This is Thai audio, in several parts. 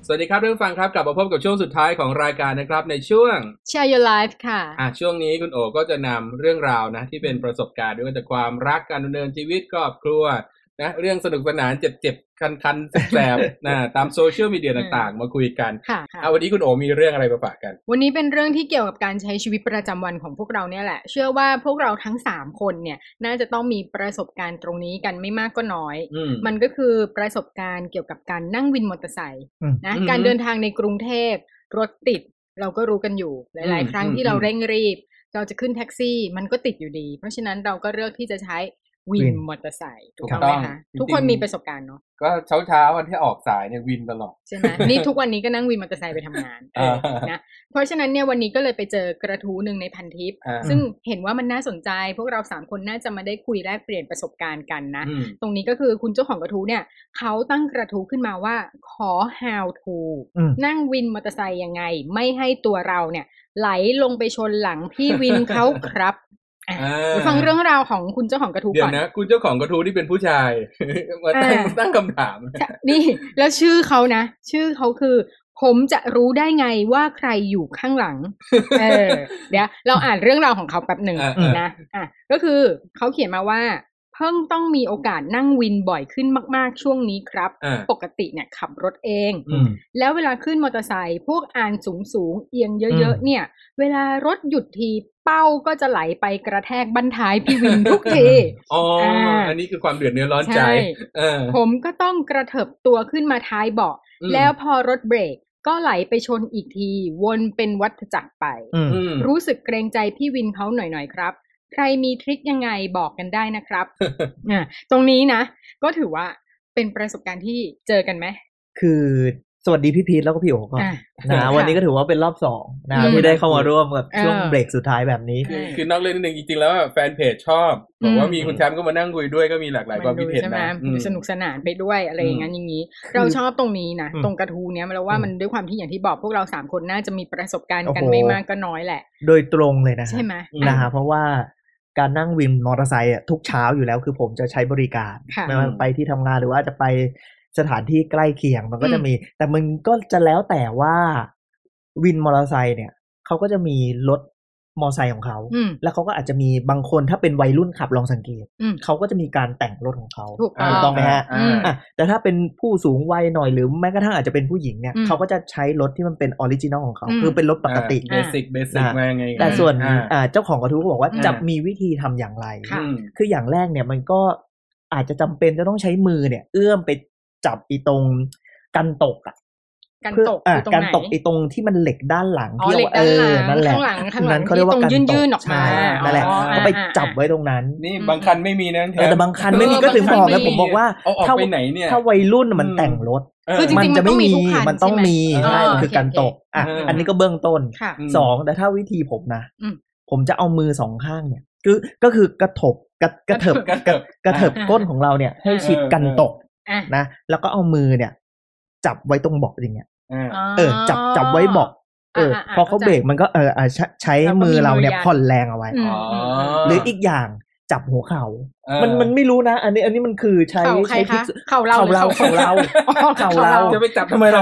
สวัสดีครับท่านผู้ฟังครับกลับมาพบกับช่วงสุดท้ายของรายการนะครับในช่วง Share Your Life ค่ะช่วงนี้คุณโอก็จะนำเรื่องราวนะที่เป็นประสบการณ์ด้วยจากความรักการดำเนินชีวิตครอบครัวนะเรื่องสนุกสนานเจ็บๆคันๆแสบๆนะตามโซเชียลมีเดียต่างๆมาคุยกันวันนี้คุณโอมีเรื่องอะไรมาฝากกันวันนี้เป็นเรื่องที่เกี่ยวกับการใช้ชีวิตประจำวันของพวกเราเนี่ยแหละเชื่อว่าพวกเราทั้ง3คนเนี่ยน่าจะต้องมีประสบการณ์ตรงนี้กันไม่มากก็น้อยมันก็คือประสบการณ์เกี่ยวกับการนั่งวินมอเตอร์ไซค์นะการเดินทางในกรุงเทพรถติดเราก็รู้กันอยู่หลายๆครั้งที่เราเร่งรีบเราจะขึ้นแท็กซี่มันก็ติดอยู่ดีเพราะฉะนั้นเราก็เลือกที่จะใช้วินมอเตอร์ไซค์ถูกต้องไหมคะทุกคนมีประสบการณ์เนาะก็เช้าวันที่ออกสายเนี่ยวินตลอดใช่ไหมนี่ทุกวันนี้ก็นั่งวินมอเตอร์ไซค์ไปทำงานนะเพราะฉะนั้นเนี่ยวันนี้ก็เลยไปเจอกระทู้หนึ่งในพันทิปซึ่งเห็นว่ามันน่าสนใจพวกเรา3คนน่าจะมาได้คุยแลกเปลี่ยนประสบการณ์กันนะตรงนี้ก็คือคุณเจ้าของกระทู้เนี่ยเขาตั้งกระทู้ขึ้นมาว่าขอ how to นั่งวินมอเตอร์ไซค์ยังไงไม่ให้ตัวเราเนี่ยไหลลงไปชนหลังพี่วินเขาครับฟังเรื่องราวของคุณเจ้าของกระทู้ก่อนเดี๋ยวนะคุณเจ้าของกระทู้ที่เป็นผู้ชายมาตั้งคำถามนี่แล้วชื่อเขานะชื่อเขาคือผมจะรู้ได้ไงว่าใครอยู่ข้างหลังเดี๋ยวเราอ่านเรื่องราวของเขาแป๊บหนึ่งนะก็คือเขาเขียนมาว่าเพิ่งต้องมีโอกาสนั่งวินบ่อยขึ้นมากๆช่วงนี้ครับปกติเนี่ยขับรถเองแล้วเวลาขึ้นมอเตอร์ไซค์พวกอานสูงเอียงเยอะๆเนี่ยเวลารถหยุดทีเป้าก็จะไหลไปกระแทกบั้นท้ายพี่วินทุกทีอันนี้คือความเดือดเนื้อร้อนใจผมก็ต้องกระเถิบตัวขึ้นมาท้ายเบาะแล้วพอรถเบรกก็ไหลไปชนอีกทีวนเป็นวัฏจักรไปรู้สึกเกรงใจพี่วินเขาหน่อยๆครับใครมีทริคยังไงบอกกันได้นะครับตรงนี้นะก็ถือว่าเป็นประสบการณ์ที่เจอกันไหมคือสวัสดีพี่พีทแล้วก็พี่โอ๋ก่อนนะวันนี้ก็ถือว่าเป็นรอบ2นะที่ได้เข้ามาร่วมกับช่วงเบรกสุดท้ายแบบนี้คือนอกเรื่องนิดนึงจริงๆแล้วแฟนเพจชอบบอกว่ามีคุณแชมป์ก็มานั่งคุยด้วยก็มีหลากหลายความคิดเห็นนะสนุกสนานไปด้วยอะไรอย่างนั้นอย่างนี้เราชอบตรงนี้นะตรงกระทู้เนี้ยเราว่ามันด้วยความที่อย่างที่บอกพวกเรา3คนน่าจะมีประสบการณ์กันไม่มากก็น้อยแหละโดยตรงเลยนะใช่ไหมนะฮะเพราะว่าการนั่งวินมอเตอร์ไซค์ทุกเช้าอยู่แล้วคือผมจะใช้บริการไม่ว่าไปที่ทำงานหรือว่าจะไปสถานที่ใกล้เคียงมันก็จะมีแต่มันก็จะแล้วแต่ว่าวินมอเตอร์ไซค์เนี่ยเขาก็จะมีรถมอเตอร์ไซค์ของเขาแล้วเขาก็อาจจะมีบางคนถ้าเป็นวัยรุ่นขับลองสังเกตเขาก็จะมีการแต่งรถของเขาถูกต้องไหมฮะแต่ถ้าเป็นผู้สูงวัยหน่อยหรือแม้กระทั่งอาจจะเป็นผู้หญิงเนี่ยเขาก็จะใช้รถที่มันเป็นออริจินอลของเขาคือเป็นรถปกติเบสิกมาไงแต่ส่วนเจ้าของกระทู้ก็บอกว่าจะมีวิธีทำอย่างไรคืออย่างแรกเนี่ยมันก็อาจจะจำเป็นจะต้องใช้มือเนี่ยเอื้อมไปจับอีตรงกันตกกันตกกันตกอีตรงที่มันเหล็กด้านหลังที่เรานั่นแหละข้างหลังเขาเรียกว่ากันตกออกมานั่นแหละก็ไปจับไว้ตรงนั้นนี่บางคันไม่มีนะแต่บางคันไม่มีก็ถึงบอกแล้วผมบอกว่าถ้าไปไหนเนี่ยถ้าวัยรุ่นมันแต่งรถมันจะไม่มีมันต้องมีใช่คือกันตกอันนี้ก็เบื้องต้น2แต่ถ้าวิธีผมนะผมจะเอามือ2ข้างเนี่ยก็คือกระเถิบก้นของเราเนี่ยให้ชิดกันตกนะแล้วก็เอามือเนี่ยจับไว้ตรงเบาะอย่างเงี้ยจับไว้เบาะพอเขาเบรกมันก็ใช้มือเราเนี่ยผ่อนแรงเอาไว้หรืออีกอย่างจับหัวเข่ามันไม่รู้นะอันนี้มันคือใช้เข่าเราจะไปจับทำไมเรา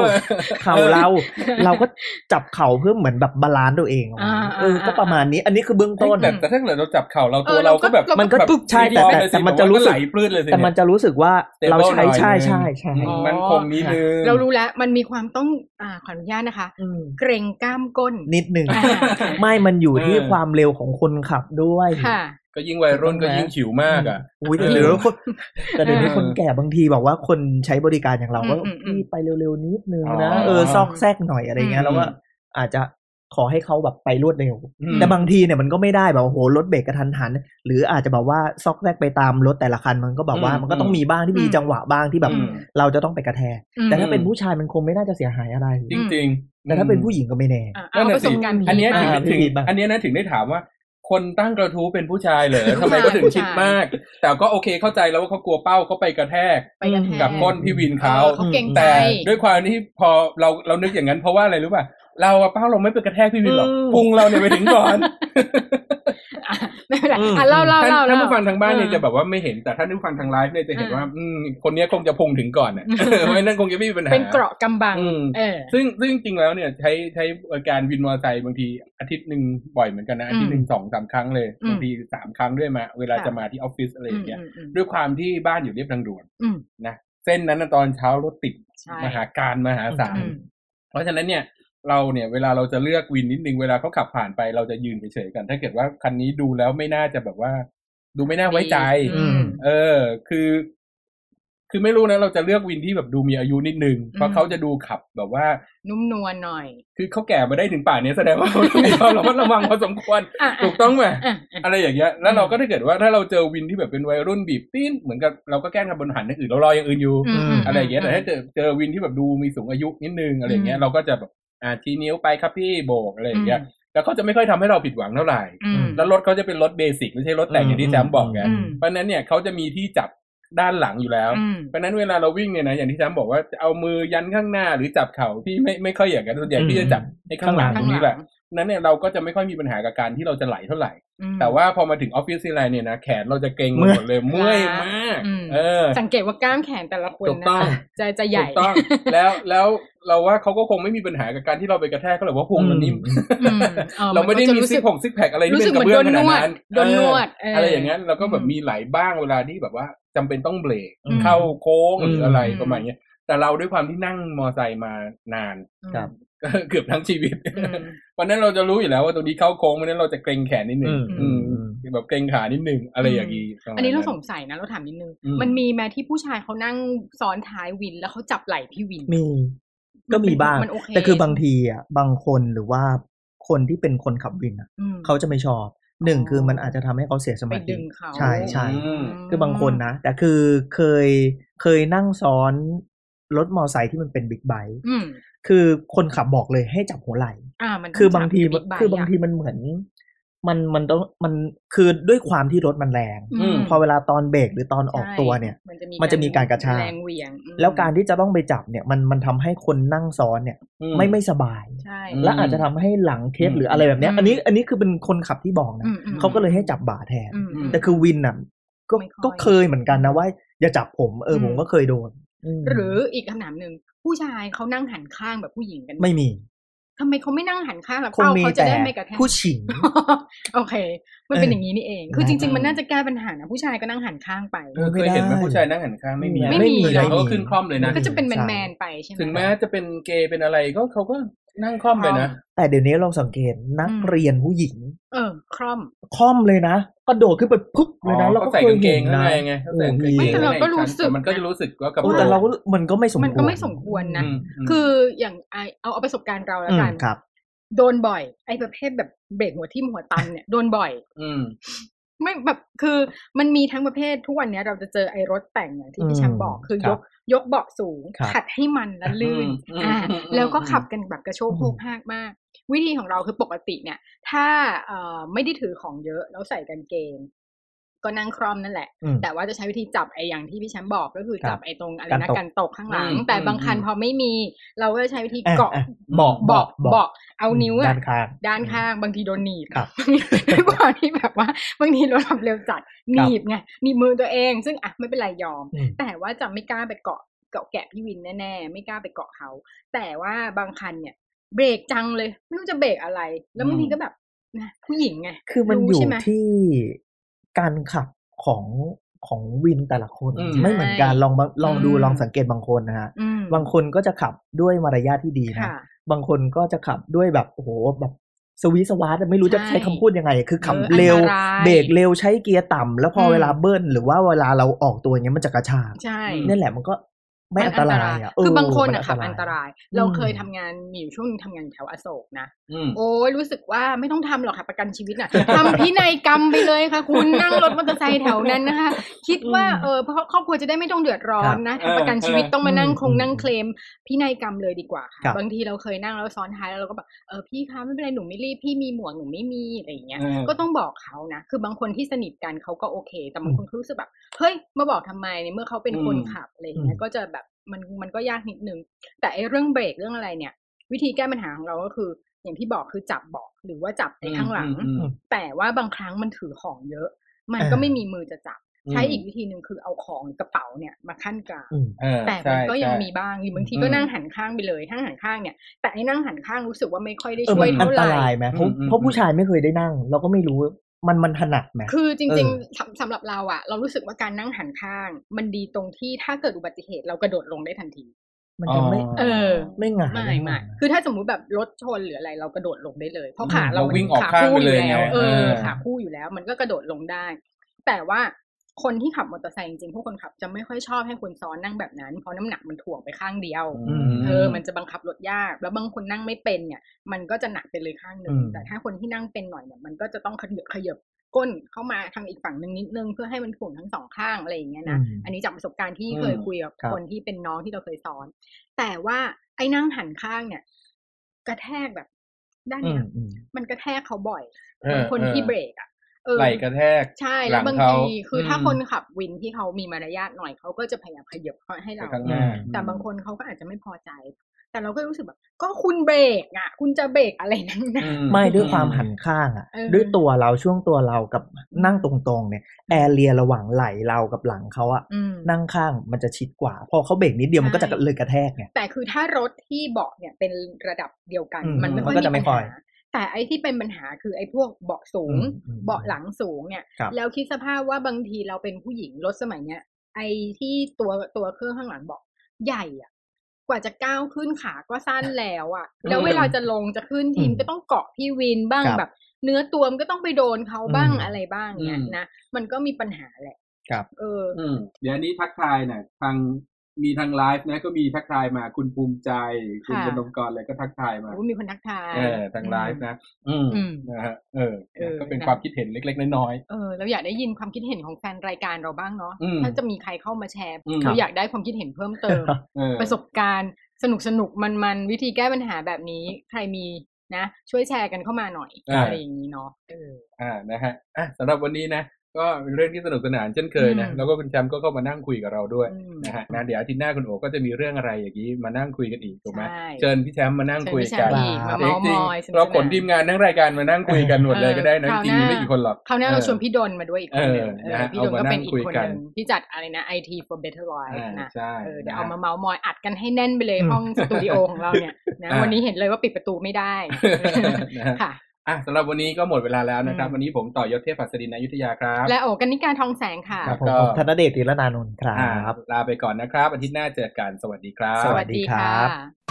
ก็จับเข่าเพื่อเหมือนแบบบาลานซ์ตัวเองก็ประมาณนี้อันนี้คือเบื้องต้นแต่ถ้าเกิดเราจับเข่าเราตัวเราก็แบบมันก็ใช่แต่มันจะรู้สึกแต่มันจะรู้สึกว่าเราใช่มันคงนิดนึงเรารู้แล้วมันมีความต้องขออนุญาตนะคะเกรงกล้ามก้นนิดนึงไม่มันอยู่ที่ความเร็วของคนขับด้วยก็ยิ่งวัยรุ่นก็ยิ่งฉิวมากอ่ะแต่เดี๋ยวนี้คนแก่บางทีบอกว่าคนใช้บริการอย่างเราก็พี่ไปเร็วๆนิดนึงนะซอกแซกหน่อยอะไรเงี้ยแล้วก็อาจจะขอให้เขาแบบไปรวดเร็วแต่บางทีเนี่ยมันก็ไม่ได้แบบโหรถเบรกกระทันหันหรืออาจจะแบบว่าซอกแซกไปตามรถแต่ละคันมันก็แบบว่ามันก็ต้องมีบ้างที่มีจังหวะบ้างที่แบบเราจะต้องไปกระแทกแต่ถ้าเป็นผู้ชายมันคงไม่น่าจะเสียหายอะไรจริงๆแต่ถ้าเป็นผู้หญิงก็ไม่แน่อันนี้นะถึงได้ถามว่าคนตั้งกระทู้เป็นผู้ชายเหรอทำไมก็ถึงชิดมากแต่ก็โอเคเข้าใจแล้วว่าเขากลัวเป้าเขาไปกระแทกกับก้นพี่วินเขาแต่ด้วยความที่พอเรานึกอย่างนั้นเพราะว่าอะไรรู้ป่ะเราเป้าเราไม่ไปกระแทกพี่วินหรอกพุงเราเนี่ยไปถึงก่อนไม่เป็นไรเล่าท่านผู้ฟังทางบ้านเนี่ยจะแบบว่าไม่เห็นแต่ท่านผู้ฟังทางไลฟ์เนี่ยจะเห็นว่าคนนี้คงจะพุงถึงก่อนอ่ะไม่นั่นคงจะไม่มีปัญหาเป็นเกราะกำบังซึ่งจริงแล้วเนี่ยใช้การวินมอเตอร์ไซค์บางทีอาทิตย์นึงบ่อยเหมือนกันนะอาทิตย์นึง 2-3 ครั้งเลยบางที3 ครั้งด้วยมาเวลาจะมาที่ออฟฟิศอะไรอย่างเงี้ยด้วยความที่บ้านอยู่เรียบทางด่วนนะเส้นนั้นตอนเช้ารถติดมหาศาลเพราะฉะนั้นเนี่ยเราเนี่ยเวลาเราจะเลือกวินนิดนึงเวลาเขาขับผ่านไปเราจะยืนเฉยๆกันถ้าเกิดว่าคันนี้ดูแล้วไม่น่าจะแบบว่าดูไม่น่าไว้ใจคือไม่รู้นะเราจะเลือกวินที่แบบดูมีอายุนิดนึงเพราะเขาจะดูขับแบบว่านุ่มนวลหน่อยคือเขาแก่มาได้ถึงป่านนี้แสดงว่าเขาต้องมีความระมัดระวังพอสมควรถูกต้องไหมอะไรอย่างเงี้ยแล้วเราก็ถ้าเกิดว่าถ้าเราเจอวินที่แบบเป็นวัยรุ่นบีบปิ้นเหมือนกับเราก็แกล้งทำบนหันอย่างอื่นเรารออย่างอื่นอยู่อะไรอย่างเงี้ยแต่ถ้าเจอวินที่แบบดูมีสูงอายุนิดนึงอะไรอย่างเงี้ยเราก็จะแบบชี้นิ้วไปครับพี่โบกอะไรอย่างเงี้ยแล้วเขาจะไม่ค่อยทำให้เราผิดหวังเท่าไหร่แล้วรถเขาจะเป็นรถเบสิกไม่ใช่รถแต่งอย่างที่แจมบอกไงเพราะนั้นเนี่ยเขาจะมีที่จับด้านหลังอยู่แล้วเพราะนั้นเวลาเราวิ่งเนี่ยนะอย่างที่แจมบอกว่าจะเอามือยันข้างหน้าหรือจับเข่าที่ไม่ค่อยอย่างนั้นส่วนใหญ่ที่จะจับให้ข้างหลังตรงนี้แหละนั้นเนี่ยเราก็จะไม่ค่อยมีปัญหากับการที่เราจะไหลเท่าไหร่แต่ว่าพอมาถึงออฟฟิศไลน์เนี่ยนะแขนเราจะเกร็งหมดเลยเมื่อยมากสังเกตว่ากล้ามแขนแต่ละคนนะจะใหญ่ถูกต้องแล้วเราว่าเขาก็คงไม่มีปัญหากับการที่เราไปกระแทกเขาหรอกว่าพุงมันนิ่มเราไม่ได้มีซิกแพคอะไรที่เป็นกระเบื้องขนาดนั้นโดนนวดอะไรอย่างเงี้ยเราก็แบบมีไหลบ้างเวลาที่แบบว่าจำเป็นต้องเบรกเข้าโค้งหรืออะไรประมาณนี้แต่เราด้วยความที่นั่งมอไซค์มานานก็เกือบทั้งชีวิตวันนั้นเราจะรู้อยู่แล้วว่าตรงนี้เข้าโค้งวันนั้นเราจะเกร็งแขนนิดนึงแบบเกร็งขานิดนึงอะไรอย่างนี้อันนี้เราสงสัยนะเราถามนิดนึงมันมีแม้ที่ผู้ชายเขานั่งซ้อนท้ายวินแล้วเขาจับไหล่พี่วินมีก็มีบ้างแต่คือบางทีอ่ะบางคนหรือว่าคนที่เป็นคนขับวินอ่ะเขาจะไม่ชอบหนึ่งคือมันอาจจะทำให้เขาเสียสมาธิใช่คือบางคนนะแต่คือเคยนั่งซ้อนรถมอเตอร์ไซค์ที่มันเป็นบิ๊กไบค์คือคนขับบอกเลยให้จับหัวไหล่คือบางทีมันเหมือนมันต้องมันคือด้วยความที่รถมันแรงพอเวลาตอนเบรกหรือตอนออกตัวเนี่ยมันจะมีการกระชากแล้วการที่จะต้องไปจับเนี่ยมันทำให้คนนั่งซ้อนเนี่ยไม่สบายและอาจจะทำให้หลังเคสหรืออะไรแบบนี้อันนี้คือเป็นคนขับที่บอกนะเขาก็เลยให้จับบ่าแทนแต่คือวินน่ะก็เคยเหมือนกันนะว่าอย่าจับผมผมก็เคยโดนหรืออีกคำถามนึงผู้ชายเขานั่งหันข้างแบบผู้หญิงกันไม่มีทำไมเขาไม่นั่งหันข้างแล้วเป้าเขาจะได้ไม่กระแทกผู้ชิงโอเคมันเป็นอย่างนี้นี่เองคือจริงๆมันน่าจะแก้ปัญหานะผู้ชายก็นั่งหันข้างไปเคยเห็นไหมผู้ชายนั่งหันข้างไม่มีเขาก็ขึ้นคล่อมเลยนะก็จะเป็นแมนๆไปใช่ไหมถึงแม้จะเป็นเกย์เป็นอะไรก็เขาก็นั่งคล่อมไปนะแต่เดี๋ยวนี้เราสังเกตนักเรียนผู้หญิงคล่อมเลยนะกระโดดขึ้นไปปุ๊บเลยนะเราก็ใส่กางเกงนะไงแต่เราก็รู้สึกมันก็จะรู้สึกว่ากับแต่เรามันก็ไม่สมควรมันก็ไม่สมควรนะคืออย่างเอาประสบการณ์เราแล้วกันโดนบ่อยไอ้ประเภทแบบเบรกหัวทิ่มหัวตันเนี่ยโดนบ่อยไม่แบบคือมันมีทั้งประเภททุกวันนี้เราจะเจอไอ้รถแต่งอย่างที่พี่แชมป์บอกคือยกเบาะสูงขัดให้มันและลื่นแล้วก็ขับกันแบบกระโชกโคกฮากมากวิธีของเราคือปกติเนี่ยถ้าไม่ได้ถือของเยอะแล้วใส่กางเกงก็นั่งคร่อมนั่นแหละแต่ว่าจะใช้วิธีจับไอ้อย่างที่พี่แชมป์บอกก็คือจับไอ้ตรงอะไรนะกันตกข้างหลังแต่บางคันพอไม่มีเราก็ใช้วิธีเกาะเบาะเอานิ้วด้านข้างบางทีโดนหนีบด้วยความที่แบบว่าบางทีเราทำเร็วจัดหนีบไงหนีบมือตัวเองซึ่งไม่เป็นไรยอมแต่ว่าจะไม่กล้าไปเกาะแกะพี่วินแน่ๆไม่กล้าไปเกาะเขาแต่ว่าบางคันเนี่ยเบรกจังเลยไม่รู้จะเบรกอะไรแล้วบางทีก็แบบนะผู้หญิงไงคือมันอยู่ที่การขับของวินแต่ละคนไม่เหมือนกันลองดูลองสังเกตบางคนนะฮะบางคนก็จะขับด้วยมารยาทที่ดีนะบางคนก็จะขับด้วยแบบโอ้โหแบบสวีสวาร์ทไม่รู้จะใช้คำพูดยังไงคือขับเร็วเบรกเร็วใช้เกียร์ต่ำแล้วพอเวลาเบิ้ลหรือว่าเวลาเราออกตัวอย่างเงี้ยมันจะกระชากนั่นแหละมันก็ไม่อันตรายคือบางคนขับอันตรายเราเคยทำงานมีอยู่ช่วงนึงทำงานแถวอโศกนะโอ้ยรู้สึกว่าไม่ต้องทำหรอกค่ะประกันชีวิตน่ะทำพินัยกรรมไปเลยค่ะคุณนั่งรถมอเตอร์ไซค์แถวนั้นนะคะคิดว่าเพราะครอบครัวจะได้ไม่ต้องเดือดร้อนนะประกันชีวิตต้องมานั่งนั่งเคลมพินัยกรรมเลยดีกว่าค่ะบางทีเราเคยนั่งแล้วซ้อนท้ายแล้วเราก็แบบพี่คะไม่เป็นไรหนูไม่รีบพี่มีหมวกหนูไม่มีอะไรอย่างเงี้ยก็ต้องบอกเขานะคือบางคนที่สนิทกันเขาก็โอเคแต่บางคนเขารู้สึกแบบเฮ้ยมาบอกทำไมในเมื่อเขาเป็นคนขับอะไรอย่างเงี้ยก็จะแบบมันก็ยากนิดนึงแต่ไอ้เรื่องเบรกเรื่องอะไรเนี่ยวิธีแก้ปัญหาของเราก็คืออย่างที่บอกคือจับเบาะหรือว่าจับในข้างหลังแต่ว่าบางครั้งมันถือของเยอะมันก็ไม่มีมือจะจับใช้อีกวิธีหนึ่งคือเอาของกระเป๋าเนี่ยมาขั้นกลางแต่มันก็ยังมีบ้างบางทีก็นั่งหันข้างไปเลยนั่งหันข้างเนี่ยแต่ไอ้นั่งหันข้างรู้สึกว่าไม่ค่อยได้ช่วยเท่าไหร่อันตรายไหมเพราะผู้ชายไม่เคยได้นั่งเราก็ไม่รู้มันถนัดไหมคือจริงๆสำหรับเราอะเรารู้สึกว่าการนั่งหันข้างมันดีตรงที่ถ้าเกิดอุบัติเหตุเรากระโดดลงได้ทันทีมันจะไม่ไม่หงายไม่คือถ้าสมมุติแบบรถชนหรืออะไรเรากระโดดลงได้เลยเพราะขาเราวิ่งออกข้างไปเลยแล้วขาคู่อยู่แล้วมันก็กระโดดลงได้แต่ว่าคนที่ขับมอเตอร์ไซค์จริงๆพวกคนขับจะไม่ค่อยชอบให้คนซ้อนนั่งแบบนั้นเพราะน้ำหนักมันถ่วงไปข้างเดียวมันจะบังคับรถยากแล้วบางคนนั่งไม่เป็นเนี่ยมันก็จะหนักไปเลยข้างนึงแต่ถ้าคนที่นั่งเป็นหน่อยเนี่ยมันก็จะต้องขยับก้นเข้ามาทางอีกฝั่งนึงนิดนึงเพื่อให้มันถ่วงทั้งสองข้างอะไรอย่างเงี้ยนะอันนี้จากประสบการณ์ที่เคยคุยกับคนที่เป็นน้องที่เราเคยสอนแต่ว่าไอ้นั่งหันข้างเนี่ยกระแทกแบบด้านเนี้ยมันกระแทกเขาบ่อยคนที่เบรกอ่ะไหลกระแทกใช่แล้วบางทีคือถ้าคนขับวินที่เขามีมารยาทหน่อยเขาก็จะพยายามขยับให้เราแต่บางคนเขาก็อาจจะไม่พอใจแต่เราก็รู้สึกแบบก็คุณเบรกอ่ะคุณจะเบรกอะไรนั่นนะไม่ด้วยความหันข้างอ่ะด้วยตัวเราช่วงตัวเรากับนั่งตรงๆเนี่ยแอเรียระหว่างไหล่เรากับหลังเขาอ่ะนั่งข้างมันจะชิดกว่าพอเขาเบรกนิดเดียวมันก็จะเลยกระแทกเนี่ยแต่คือถ้ารถที่เบาะเนี่ยเป็นระดับเดียวกันมันไม่ค่อยมีปัญหาแต่ไอ้ที่เป็นปัญหาคือไอ้พวกเบาะสูงเบาะหลังสูงเนี่ยแล้วคิดสภาพว่าบางทีเราเป็นผู้หญิงรถสมัยเนี้ยไอ้ที่ตัวเครื่องข้างหลังเบาะใหญ่อ่ะกว่าจะก้าวขึ้นขาก็สั้นแล้วอ่ะแล้วเวลาจะลงจะขึ้นทีมก็ต้องเกาะพี่วินบ้างแบบเนื้อตัวมันก็ต้องไปโดนเขาบ้างอะไรบ้างเนี่ยนะมันก็มีปัญหาแหละครับเดี๋ยวนี้ทักทายหน่อยมีทางไลฟ์นะก็มีทักทายมาคุณภูมิใจคุณกนกรอะไรก็ทักทายมามีคนทักทายทางไลฟ์นะนะฮะก็เป็นความคิดเห็นเล็กๆน้อยๆเราอยากได้ยินความคิดเห็นของแฟนรายการเราบ้างเนาะถ้าจะมีใครเข้ามาแชร์เราอยากได้ความคิดเห็นเพิ่มเติมประสบการณ์สนุกมันวิธีแก้ปัญหาแบบนี้ใครมีนะช่วยแชร์กันเข้ามาหน่อยอะไรอย่างนี้เนาะนะฮะสำหรับวันนี้นะก็เป็นเรื่องที่สนุกสนานเช่นเคยนะแล้วก็คุณแชมป์ก็เข้ามานั่งคุยกับเราด้วยนะฮะเดี๋ยวอาทิตย์หน้าคุณโอก็จะมีเรื่องอะไรอย่างนี้มานั่งคุยกันอีกถูกไหมเชิญพี่แชมป์มานั่งคุยกันจริงๆเราขนทีมงานทั้งรายการมานั่งคุยกันหมดเลยก็ได้นะจริงๆไม่กี่คนหรอกคราวหน้าเราชวนพี่ดนมาด้วยอีกคนนึงพี่ดนก็เป็นอีกคนนึงที่จัดอะไรนะ IT for Better Life นะเดี๋ยวเอามาเมาส์มอยอัดกันให้แน่นไปเลยห้องสตูดิโอของเราเนี่ยนะวันนี้เห็นเลยว่าปิดประตูไม่ได้ค่ะสำหรับวันนี้ก็หมดเวลาแล้วนะครับวันนี้ผมต่อยศเทพหัสดินอยุธยาครับและโอกนิการทองแสงค่ะครับผมธนเดช ธีรนานนท์ครับลาไปก่อนนะครับอาทิตย์หน้าเจอกันสวัสดีครับสวัสดีค่ะ